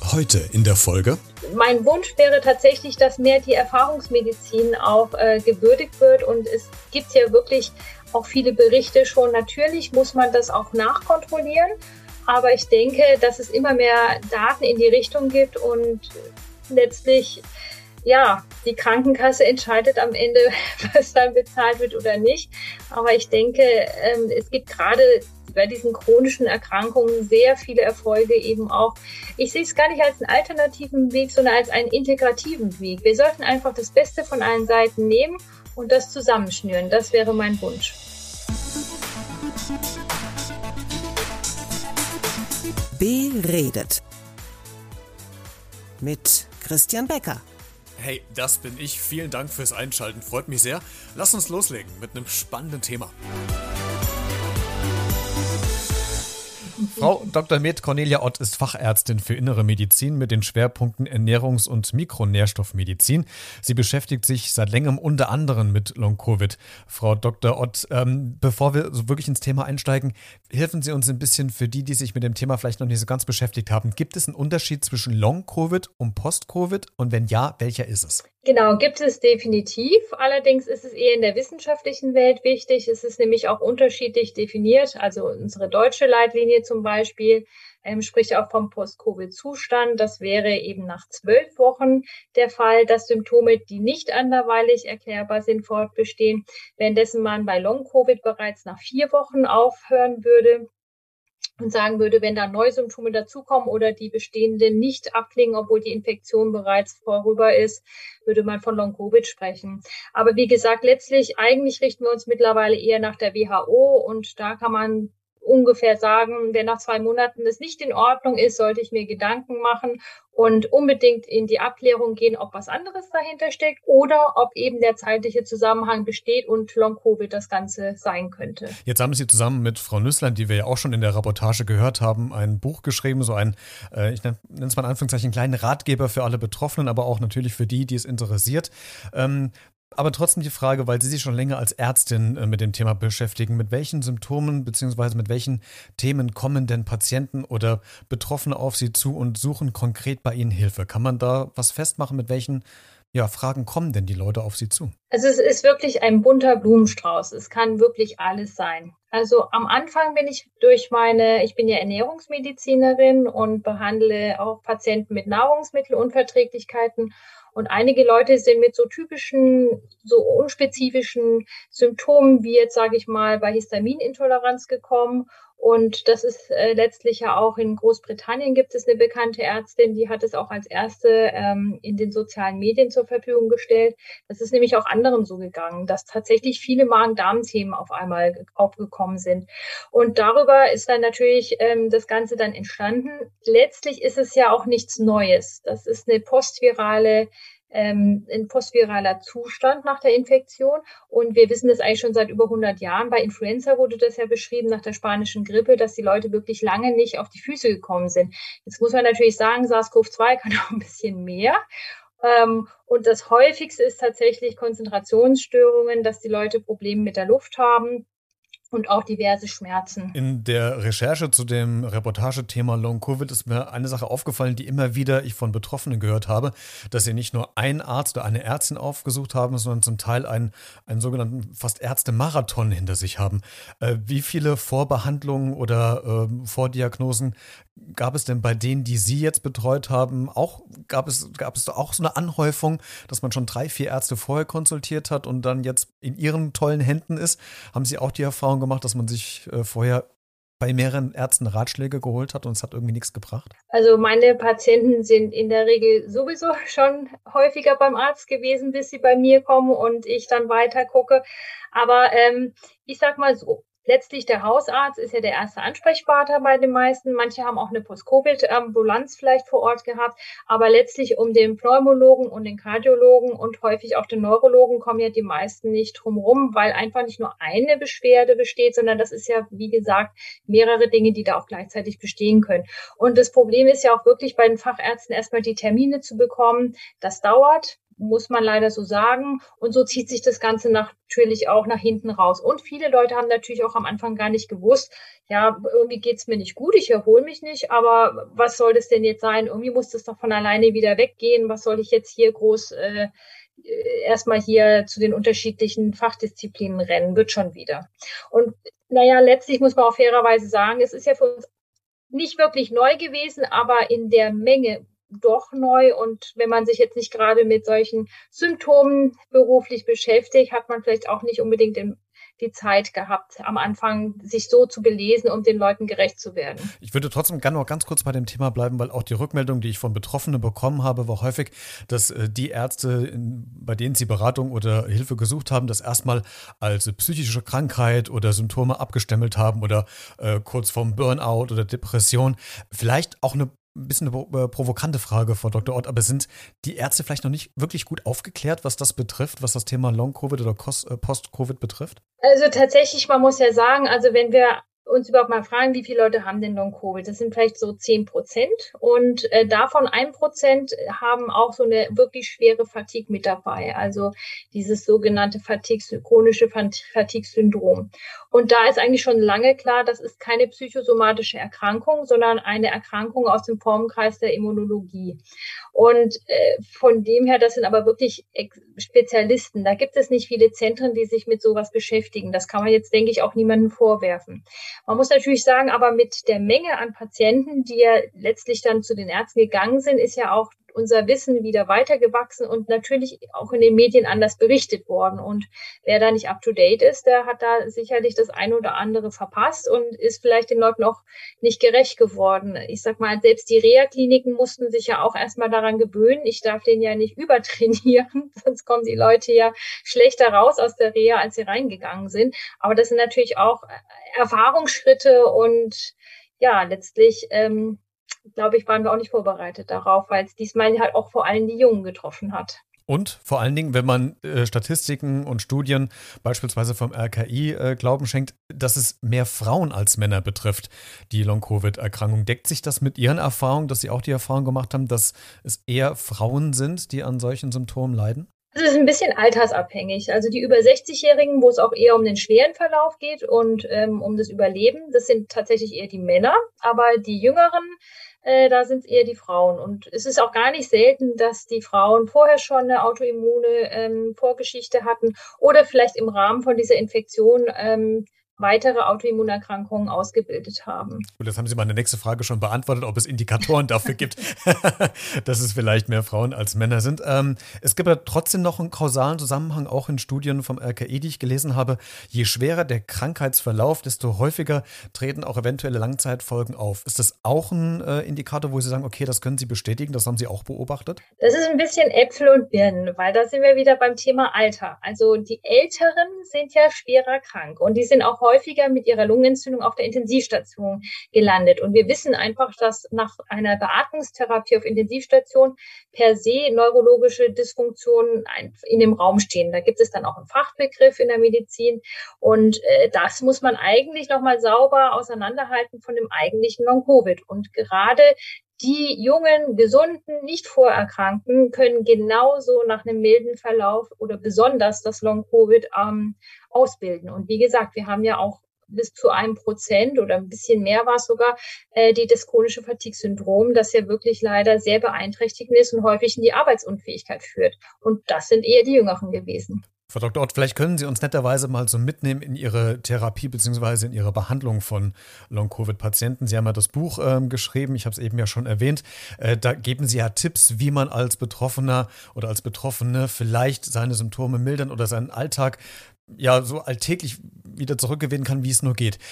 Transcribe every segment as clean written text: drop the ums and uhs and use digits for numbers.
Heute in der Folge. Mein Wunsch wäre tatsächlich, dass mehr die Erfahrungsmedizin auch gewürdigt wird. Und es gibt ja wirklich auch viele Berichte schon. Natürlich muss man das auch nachkontrollieren. Aber ich denke, dass es immer mehr Daten in die Richtung gibt und letztlich, ja, die Krankenkasse entscheidet am Ende, was dann bezahlt wird oder nicht. Aber ich denke, es gibt gerade bei diesen chronischen Erkrankungen sehr viele Erfolge eben auch. Ich sehe es gar nicht als einen alternativen Weg, sondern als einen integrativen Weg. Wir sollten einfach das Beste von allen Seiten nehmen und das zusammenschnüren. Das wäre mein Wunsch. Beredet mit Christian Becker. Hey, das bin ich. Vielen Dank fürs Einschalten. Freut mich sehr. Lass uns loslegen mit einem spannenden Thema. Frau Dr. Med Cornelia Ott ist Fachärztin für Innere Medizin mit den Schwerpunkten Ernährungs- und Mikronährstoffmedizin. Sie beschäftigt sich seit längerem unter anderem mit Long-Covid. Frau Dr. Ott, bevor wir so wirklich ins Thema einsteigen, helfen Sie uns ein bisschen für die sich mit dem Thema vielleicht noch nicht so ganz beschäftigt haben. Gibt es einen Unterschied zwischen Long-Covid und Post-Covid? Und wenn ja, welcher ist es? Genau, gibt es definitiv. Allerdings ist es eher in der wissenschaftlichen Welt wichtig. Es ist nämlich auch unterschiedlich definiert. Also unsere deutsche Leitlinie zum Beispiel spricht auch vom Post-Covid-Zustand. Das wäre eben nach 12 Wochen der Fall, dass Symptome, die nicht anderweitig erklärbar sind, fortbestehen. Währenddessen man bei Long-Covid bereits nach 4 Wochen aufhören würde und sagen würde, wenn da neue Symptome dazukommen oder die bestehenden nicht abklingen, obwohl die Infektion bereits vorüber ist, würde man von Long-Covid sprechen. Aber wie gesagt, letztlich eigentlich richten wir uns mittlerweile eher nach der WHO und da kann man ungefähr sagen, wenn nach 2 Monaten das nicht in Ordnung ist, sollte ich mir Gedanken machen und unbedingt in die Abklärung gehen, ob was anderes dahinter steckt oder ob eben der zeitliche Zusammenhang besteht und Long-Covid das Ganze sein könnte. Jetzt haben Sie zusammen mit Frau Nüßlein, die wir ja auch schon in der Reportage gehört haben, ein Buch geschrieben, so ein, ich nenne es mal in Anführungszeichen, kleinen Ratgeber für alle Betroffenen, aber auch natürlich für die es interessiert. Aber trotzdem die Frage, weil Sie sich schon länger als Ärztin mit dem Thema beschäftigen, mit welchen Symptomen bzw. mit welchen Themen kommen denn Patienten oder Betroffene auf Sie zu und suchen konkret bei Ihnen Hilfe? Kann man da was festmachen, mit welchen Fragen kommen denn die Leute auf Sie zu? Also es ist wirklich ein bunter Blumenstrauß. Es kann wirklich alles sein. Also am Anfang bin ich ich bin ja Ernährungsmedizinerin und behandle auch Patienten mit Nahrungsmittelunverträglichkeiten. Und einige Leute sind mit so typischen, so unspezifischen Symptomen wie jetzt, sage ich mal, bei Histaminintoleranz gekommen. Und das ist letztlich ja auch in Großbritannien gibt es eine bekannte Ärztin, die hat es auch als erste in den sozialen Medien zur Verfügung gestellt. Das ist nämlich auch anderen so gegangen, dass tatsächlich viele Magen-Darm-Themen auf einmal aufgekommen sind. Und darüber ist dann natürlich das Ganze dann entstanden. Letztlich ist es ja auch nichts Neues. Das ist ein postviraler Zustand nach der Infektion. Und wir wissen das eigentlich schon seit über 100 Jahren. Bei Influenza wurde das ja beschrieben nach der spanischen Grippe, dass die Leute wirklich lange nicht auf die Füße gekommen sind. Jetzt muss man natürlich sagen, SARS-CoV-2 kann auch ein bisschen mehr. Und das häufigste ist tatsächlich Konzentrationsstörungen, dass die Leute Probleme mit der Luft haben. Und auch diverse Schmerzen. In der Recherche zu dem Reportagethema Long-Covid ist mir eine Sache aufgefallen, die immer wieder ich von Betroffenen gehört habe, dass sie nicht nur einen Arzt oder eine Ärztin aufgesucht haben, sondern zum Teil einen sogenannten fast Ärzte-Marathon hinter sich haben. Wie viele Vorbehandlungen oder Vordiagnosen gab es denn bei denen, die Sie jetzt betreut haben? Gab es auch so eine Anhäufung, dass man schon 3, 4 Ärzte vorher konsultiert hat und dann jetzt in Ihren tollen Händen ist? Haben Sie auch die Erfahrung gemacht, dass man sich vorher bei mehreren Ärzten Ratschläge geholt hat und es hat irgendwie nichts gebracht? Also meine Patienten sind in der Regel sowieso schon häufiger beim Arzt gewesen, bis sie bei mir kommen und ich dann weiter gucke. Aber ich sag mal so, letztlich der Hausarzt ist ja der erste Ansprechpartner bei den meisten. Manche haben auch eine Post-Covid-Ambulanz vielleicht vor Ort gehabt. Aber letztlich um den Pneumologen und den Kardiologen und häufig auch den Neurologen kommen ja die meisten nicht drum rum, weil einfach nicht nur eine Beschwerde besteht, sondern das ist ja, wie gesagt, mehrere Dinge, die da auch gleichzeitig bestehen können. Und das Problem ist ja auch wirklich bei den Fachärzten erstmal die Termine zu bekommen. Das dauert. muss man leider so sagen. Und so zieht sich das Ganze natürlich auch nach hinten raus. Und viele Leute haben natürlich auch am Anfang gar nicht gewusst, ja, irgendwie geht's mir nicht gut, ich erhole mich nicht, aber was soll das denn jetzt sein? Irgendwie muss das doch von alleine wieder weggehen. Was soll ich jetzt hier groß erstmal hier zu den unterschiedlichen Fachdisziplinen rennen? Wird schon wieder. Und naja, letztlich muss man auch fairerweise sagen, es ist ja für uns nicht wirklich neu gewesen, aber in der Menge doch neu. Und wenn man sich jetzt nicht gerade mit solchen Symptomen beruflich beschäftigt, hat man vielleicht auch nicht unbedingt die Zeit gehabt, am Anfang sich so zu belesen, um den Leuten gerecht zu werden. Ich würde trotzdem gerne noch ganz kurz bei dem Thema bleiben, weil auch die Rückmeldung, die ich von Betroffenen bekommen habe, war häufig, dass die Ärzte, bei denen sie Beratung oder Hilfe gesucht haben, das erstmal als psychische Krankheit oder Symptome abgestempelt haben oder kurz vorm Burnout oder Depression. Vielleicht auch ein bisschen eine provokante Frage, Frau Dr. Ott, aber sind die Ärzte vielleicht noch nicht wirklich gut aufgeklärt, was das betrifft, was das Thema Long-Covid oder Post-Covid betrifft? Also tatsächlich, man muss ja sagen, also wenn wir uns überhaupt mal fragen, wie viele Leute haben denn Long-Covid? Das sind vielleicht so 10%. Und davon 1% haben auch so eine wirklich schwere Fatigue mit dabei. Also dieses sogenannte chronische Fatigue-Syndrom. Und da ist eigentlich schon lange klar, das ist keine psychosomatische Erkrankung, sondern eine Erkrankung aus dem Formenkreis der Immunologie. Und von dem her, das sind aber wirklich Spezialisten. Da gibt es nicht viele Zentren, die sich mit sowas beschäftigen. Das kann man jetzt, denke ich, auch niemandem vorwerfen. Man muss natürlich sagen, aber mit der Menge an Patienten, die ja letztlich dann zu den Ärzten gegangen sind, ist ja auch unser Wissen wieder weitergewachsen und natürlich auch in den Medien anders berichtet worden. Und wer da nicht up to date ist, der hat da sicherlich das eine oder andere verpasst und ist vielleicht den Leuten auch nicht gerecht geworden. Ich sag mal, selbst die Reha-Kliniken mussten sich ja auch erstmal daran gewöhnen. Ich darf den ja nicht übertrainieren, sonst kommen die Leute ja schlechter raus aus der Reha, als sie reingegangen sind. Aber das sind natürlich auch Erfahrungsschritte und ja, letztlich glaube ich, waren wir auch nicht vorbereitet darauf, weil es diesmal halt auch vor allem die Jungen getroffen hat. Und vor allen Dingen, wenn man Statistiken und Studien beispielsweise vom RKI Glauben schenkt, dass es mehr Frauen als Männer betrifft, die Long-Covid-Erkrankung. Deckt sich das mit Ihren Erfahrungen, dass Sie auch die Erfahrung gemacht haben, dass es eher Frauen sind, die an solchen Symptomen leiden? Das ist ein bisschen altersabhängig. Also die über 60-Jährigen, wo es auch eher um den schweren Verlauf geht und um das Überleben, das sind tatsächlich eher die Männer. Aber die Jüngeren, da sind es eher die Frauen. Und es ist auch gar nicht selten, dass die Frauen vorher schon eine autoimmune Vorgeschichte hatten oder vielleicht im Rahmen von dieser Infektion weitere Autoimmunerkrankungen ausgebildet haben. Und das haben Sie meine nächste Frage schon beantwortet, ob es Indikatoren dafür gibt, dass es vielleicht mehr Frauen als Männer sind. Es gibt ja trotzdem noch einen kausalen Zusammenhang, auch in Studien vom RKI, die ich gelesen habe. Je schwerer der Krankheitsverlauf, desto häufiger treten auch eventuelle Langzeitfolgen auf. Ist das auch ein Indikator, wo Sie sagen, okay, das können Sie bestätigen, das haben Sie auch beobachtet? Das ist ein bisschen Äpfel und Birnen, weil da sind wir wieder beim Thema Alter. Also die Älteren sind ja schwerer krank und die sind auch häufiger mit ihrer Lungenentzündung auf der Intensivstation gelandet. Und wir wissen einfach, dass nach einer Beatmungstherapie auf Intensivstation per se neurologische Dysfunktionen in dem Raum stehen. Da gibt es dann auch einen Fachbegriff in der Medizin. Und das muss man eigentlich nochmal sauber auseinanderhalten von dem eigentlichen Long-Covid. Und gerade die jungen, gesunden, nicht Vorerkrankten können genauso nach einem milden Verlauf oder besonders das Long-Covid ausbilden. Und wie gesagt, wir haben ja auch bis zu 1% oder ein bisschen mehr war es sogar, das chronische Fatigue-Syndrom, das ja wirklich leider sehr beeinträchtigend ist und häufig in die Arbeitsunfähigkeit führt. Und das sind eher die Jüngeren gewesen. Frau Dr. Ott, vielleicht können Sie uns netterweise mal so mitnehmen in Ihre Therapie bzw. in Ihre Behandlung von Long-Covid-Patienten. Sie haben ja das Buch geschrieben, ich habe es eben ja schon erwähnt. Da geben Sie ja Tipps, wie man als Betroffener oder als Betroffene vielleicht seine Symptome mildern oder seinen Alltag ja so alltäglich wieder zurückgewinnen kann, wie es nur geht.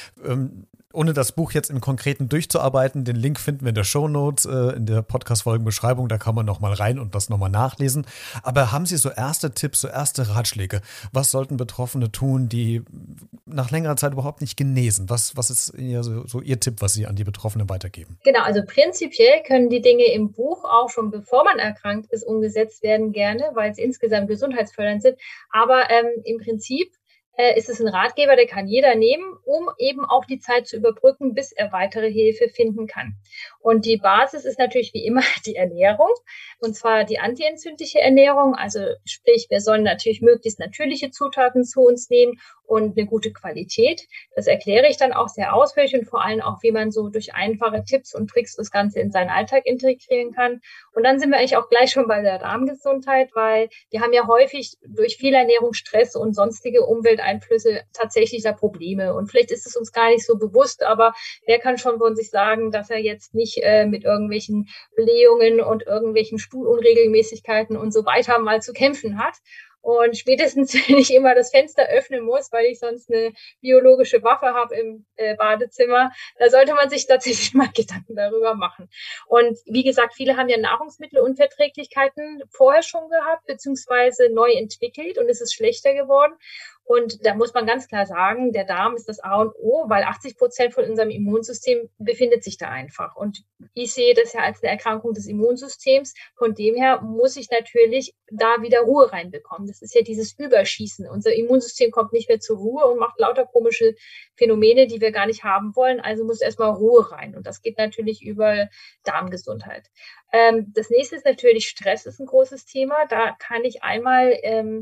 Ohne das Buch jetzt im Konkreten durchzuarbeiten, den Link finden wir in der Shownotes, in der Podcast-Folgenbeschreibung, da kann man nochmal rein und das nochmal nachlesen. Aber haben Sie so erste Tipps, so erste Ratschläge? Was sollten Betroffene tun, die nach längerer Zeit überhaupt nicht genesen? Was ist so Ihr Tipp, was Sie an die Betroffenen weitergeben? Genau, also prinzipiell können die Dinge im Buch auch schon bevor man erkrankt ist umgesetzt werden gerne, weil sie insgesamt gesundheitsfördernd sind. Aber im Prinzip ist es ein Ratgeber, der kann jeder nehmen um eben auch die Zeit zu überbrücken, bis er weitere Hilfe finden kann. Und die Basis ist natürlich wie immer die Ernährung, und zwar die antientzündliche Ernährung. Also sprich, wir sollen natürlich möglichst natürliche Zutaten zu uns nehmen und eine gute Qualität. Das erkläre ich dann auch sehr ausführlich und vor allem auch, wie man so durch einfache Tipps und Tricks das Ganze in seinen Alltag integrieren kann. Und dann sind wir eigentlich auch gleich schon bei der Darmgesundheit, weil wir haben ja häufig durch Fehlernährung, Stress und sonstige Umwelteinflüsse tatsächlich da Probleme. Und vielleicht ist es uns gar nicht so bewusst, aber wer kann schon von sich sagen, dass er jetzt nicht mit irgendwelchen Blähungen und irgendwelchen Stuhlunregelmäßigkeiten und so weiter mal zu kämpfen hat? Und spätestens, wenn ich immer das Fenster öffnen muss, weil ich sonst eine biologische Waffe habe im Badezimmer, da sollte man sich tatsächlich mal Gedanken darüber machen. Und wie gesagt, viele haben ja Nahrungsmittelunverträglichkeiten vorher schon gehabt, beziehungsweise neu entwickelt und es ist schlechter geworden. Und da muss man ganz klar sagen, der Darm ist das A und O, weil 80% von unserem Immunsystem befindet sich da einfach. Und ich sehe das ja als eine Erkrankung des Immunsystems. Von dem her muss ich natürlich da wieder Ruhe reinbekommen. Das ist ja dieses Überschießen. Unser Immunsystem kommt nicht mehr zur Ruhe und macht lauter komische Phänomene, die wir gar nicht haben wollen. Also muss erstmal Ruhe rein. Und das geht natürlich über Darmgesundheit. Das nächste ist natürlich Stress, ist ein großes Thema. Da kann ich einmal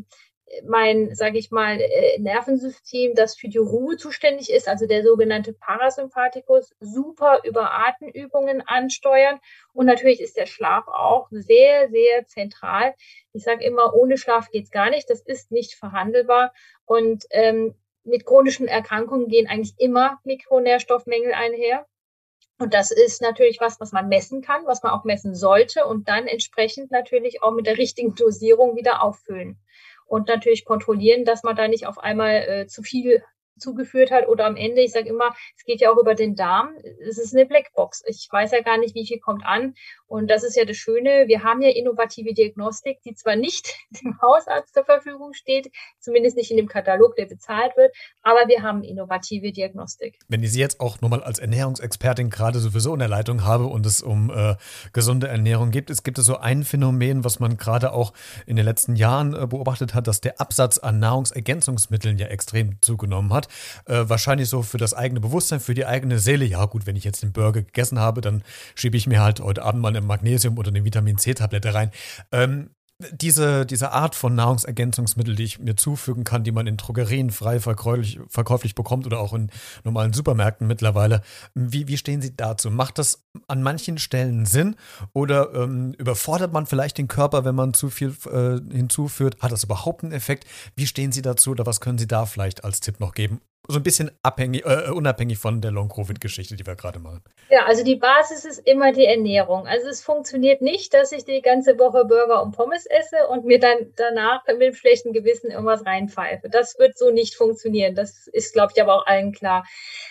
mein, sage ich mal, Nervensystem, das für die Ruhe zuständig ist, also der sogenannte Parasympathikus, super über Atemübungen ansteuern. Und natürlich ist der Schlaf auch sehr, sehr zentral. Ich sage immer, ohne Schlaf geht's gar nicht. Das ist nicht verhandelbar. Und mit chronischen Erkrankungen gehen eigentlich immer Mikronährstoffmängel einher. Und das ist natürlich was man messen kann, was man auch messen sollte und dann entsprechend natürlich auch mit der richtigen Dosierung wieder auffüllen. Und natürlich kontrollieren, dass man da nicht auf einmal zu viel zugeführt hat oder am Ende, ich sage immer, es geht ja auch über den Darm, es ist eine Blackbox. Ich weiß ja gar nicht, wie viel kommt an. Und das ist ja das Schöne, wir haben ja innovative Diagnostik, die zwar nicht dem Hausarzt zur Verfügung steht, zumindest nicht in dem Katalog, der bezahlt wird, aber wir haben innovative Diagnostik. Wenn ich Sie jetzt auch nochmal als Ernährungsexpertin gerade sowieso in der Leitung habe und es um gesunde Ernährung geht, gibt es so ein Phänomen, was man gerade auch in den letzten Jahren beobachtet hat, dass der Absatz an Nahrungsergänzungsmitteln ja extrem zugenommen hat. Wahrscheinlich so für das eigene Bewusstsein, für die eigene Seele. Ja gut, wenn ich jetzt den Burger gegessen habe, dann schiebe ich mir halt heute Abend mal eine Magnesium- oder eine Vitamin-C-Tablette rein. Diese Art von Nahrungsergänzungsmittel, die ich mir zufügen kann, die man in Drogerien frei verkäuflich bekommt oder auch in normalen Supermärkten mittlerweile, wie stehen Sie dazu? Macht das an manchen Stellen Sinn oder überfordert man vielleicht den Körper, wenn man zu viel hinzuführt? Hat das überhaupt einen Effekt? Wie stehen Sie dazu oder was können Sie da vielleicht als Tipp noch geben? So ein bisschen unabhängig von der Long-Covid-Geschichte, die wir gerade machen. Ja, also die Basis ist immer die Ernährung. Also es funktioniert nicht, dass ich die ganze Woche Burger und Pommes esse und mir dann danach mit einem schlechten Gewissen irgendwas reinpfeife. Das wird so nicht funktionieren. Das ist, glaube ich, aber auch allen klar.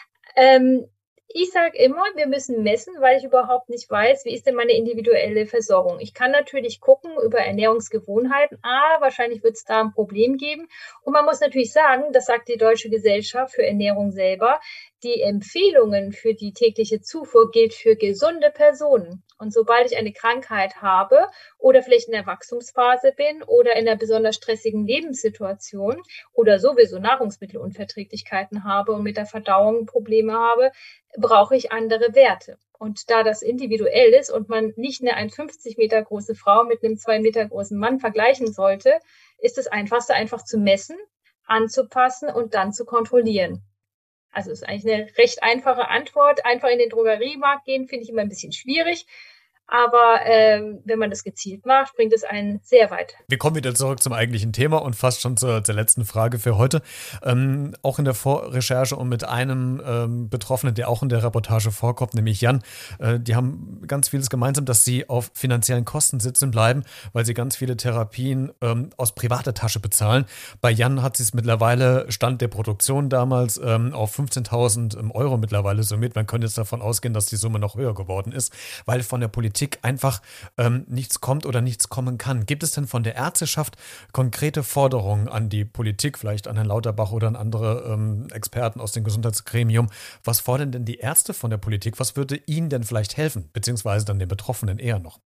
Ich sage immer, wir müssen messen, weil ich überhaupt nicht weiß, wie ist denn meine individuelle Versorgung. Ich kann natürlich gucken über Ernährungsgewohnheiten. Wahrscheinlich wird es da ein Problem geben. Und man muss natürlich sagen, das sagt die Deutsche Gesellschaft für Ernährung selber, die Empfehlungen für die tägliche Zufuhr gilt für gesunde Personen. Und sobald ich eine Krankheit habe oder vielleicht in der Wachstumsphase bin oder in einer besonders stressigen Lebenssituation oder sowieso Nahrungsmittelunverträglichkeiten habe und mit der Verdauung Probleme habe, brauche ich andere Werte. Und da das individuell ist und man nicht eine 1,50 Meter große Frau mit einem 2 Meter großen Mann vergleichen sollte, ist das Einfachste einfach zu messen, anzupassen und dann zu kontrollieren. Also ist eigentlich eine recht einfache Antwort. Einfach in den Drogeriemarkt gehen, finde ich immer ein bisschen schwierig. Aber wenn man das gezielt macht, bringt es einen sehr weit. Wir kommen wieder zurück zum eigentlichen Thema und fast schon zur letzten Frage für heute. Auch in der Vorrecherche und mit einem Betroffenen, der auch in der Reportage vorkommt, nämlich Jan, die haben ganz vieles gemeinsam, dass sie auf finanziellen Kosten sitzen bleiben, weil sie ganz viele Therapien aus privater Tasche bezahlen. Bei Jan hat sie es mittlerweile, Stand der Produktion damals, auf 15.000 Euro mittlerweile summiert. Man könnte jetzt davon ausgehen, dass die Summe noch höher geworden ist, weil von der Politik einfach nichts kommt oder nichts kommen kann. Gibt es denn von der Ärzteschaft konkrete Forderungen an die Politik, vielleicht an Herrn Lauterbach oder an andere Experten aus dem Gesundheitsgremium? Was fordern denn die Ärzte von der Politik? Was würde ihnen denn vielleicht helfen, beziehungsweise dann den Betroffenen eher noch?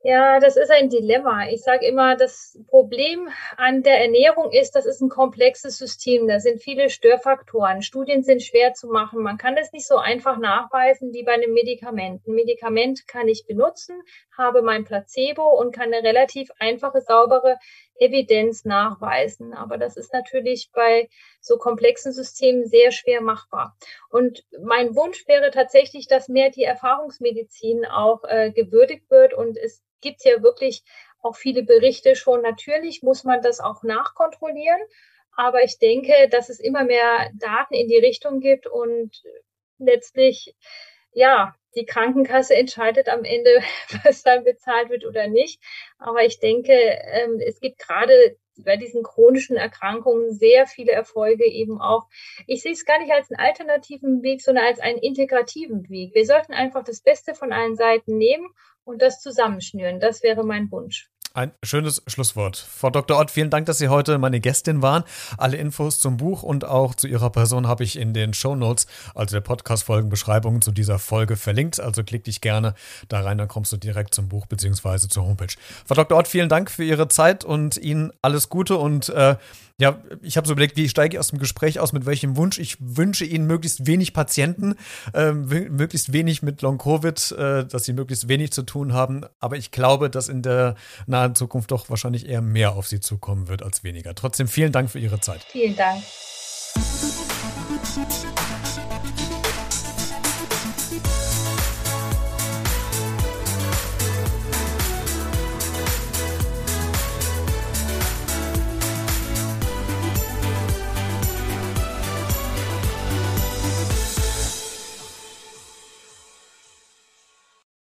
Ja, das ist ein Dilemma. Ich sage immer, das Problem an der Ernährung ist, das ist ein komplexes System. Da sind viele Störfaktoren. Studien sind schwer zu machen. Man kann das nicht so einfach nachweisen wie bei einem Medikament. Ein Medikament kann ich benutzen, habe mein Placebo und kann eine relativ einfache, saubere Evidenz nachweisen. Aber das ist natürlich bei so komplexen Systemen sehr schwer machbar. Und mein Wunsch wäre tatsächlich, dass mehr die Erfahrungsmedizin auch gewürdigt wird. Und es gibt ja wirklich auch viele Berichte schon. Natürlich muss man das auch nachkontrollieren. Aber ich denke, dass es immer mehr Daten in die Richtung gibt und letztlich, ja, die Krankenkasse entscheidet am Ende, was dann bezahlt wird oder nicht. Aber ich denke, es gibt gerade bei diesen chronischen Erkrankungen sehr viele Erfolge eben auch. Ich sehe es gar nicht als einen alternativen Weg, sondern als einen integrativen Weg. Wir sollten einfach das Beste von allen Seiten nehmen und das zusammenschnüren. Das wäre mein Wunsch. Ein schönes Schlusswort. Frau Dr. Ott, vielen Dank, dass Sie heute meine Gästin waren. Alle Infos zum Buch und auch zu Ihrer Person habe ich in den Shownotes, also der Podcast-Folgenbeschreibungen zu dieser Folge verlinkt. Also klick dich gerne da rein, dann kommst du direkt zum Buch bzw. zur Homepage. Frau Dr. Ott, vielen Dank für Ihre Zeit und Ihnen alles Gute. Und ja, ich habe so überlegt, wie steige ich aus dem Gespräch aus, mit welchem Wunsch. Ich wünsche Ihnen möglichst wenig Patienten, möglichst wenig mit Long-Covid, dass Sie möglichst wenig zu tun haben. Aber ich glaube, dass in der nahen Zukunft doch wahrscheinlich eher mehr auf Sie zukommen wird als weniger. Trotzdem vielen Dank für Ihre Zeit. Vielen Dank.